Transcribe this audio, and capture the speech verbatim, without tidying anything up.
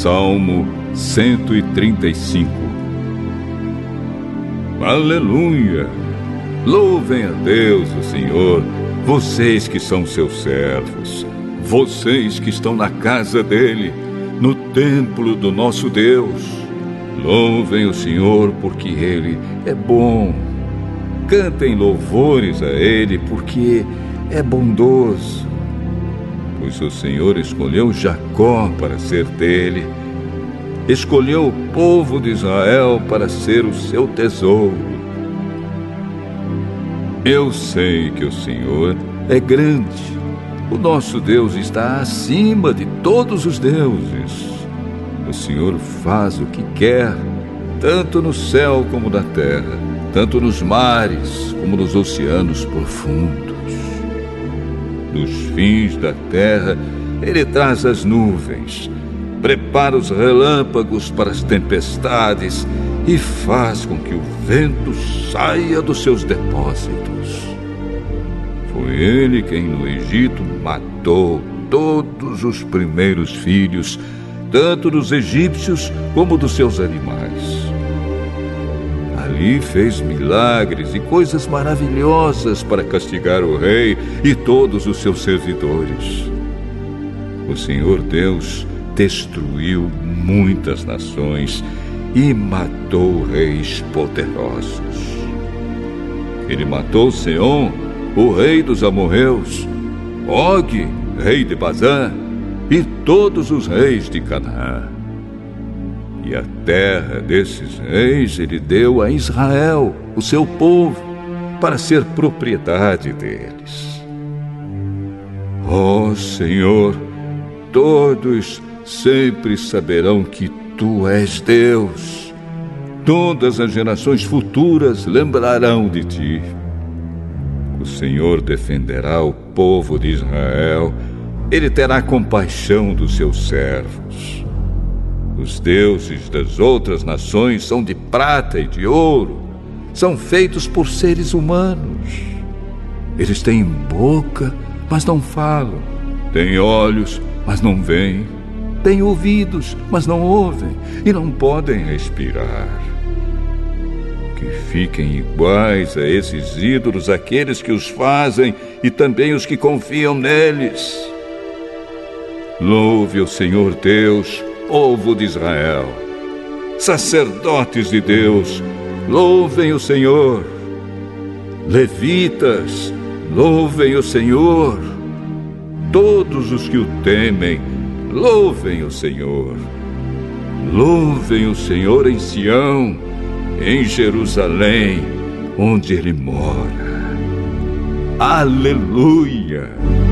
Salmo cento e trinta e cinco. Aleluia! Louvem a Deus, o Senhor, vocês que são seus servos, vocês que estão na casa dele, no templo do nosso Deus. Louvem o Senhor porque ele é bom. Cantem louvores a ele porque é bondoso. Pois o Senhor escolheu Jacó para ser dele, escolheu o povo de Israel para ser o seu tesouro. Eu sei que o Senhor é grande. O nosso Deus está acima de todos os deuses. O Senhor faz o que quer, tanto no céu como na terra, tanto nos mares como nos oceanos profundos. Dos fins da terra, ele traz as nuvens, prepara os relâmpagos para as tempestades e faz com que o vento saia dos seus depósitos. Foi ele quem no Egito matou todos os primeiros filhos, tanto dos egípcios como dos seus animais. Ali fez milagres e coisas maravilhosas para castigar o rei e todos os seus servidores. O Senhor Deus destruiu muitas nações e matou reis poderosos. Ele matou Seom, o rei dos amorreus, Og, rei de Bazã, e todos os reis de Canaã. E a terra desses reis ele deu a Israel, o seu povo, para ser propriedade deles. Ó Senhor, todos sempre saberão que Tu és Deus. Todas as gerações futuras lembrarão de Ti. O Senhor defenderá o povo de Israel. Ele terá compaixão dos seus servos. Os deuses das outras nações são de prata e de ouro. São feitos por seres humanos. Eles têm boca, mas não falam. Têm olhos, mas não veem. Têm ouvidos, mas não ouvem. E não podem respirar. Que fiquem iguais a esses ídolos aqueles que os fazem e também os que confiam neles. Louve o Senhor Deus, povo de Israel. Sacerdotes de Deus, louvem o Senhor. Levitas, louvem o Senhor. Todos os que o temem, louvem o Senhor. Louvem o Senhor em Sião, em Jerusalém, onde ele mora. Aleluia!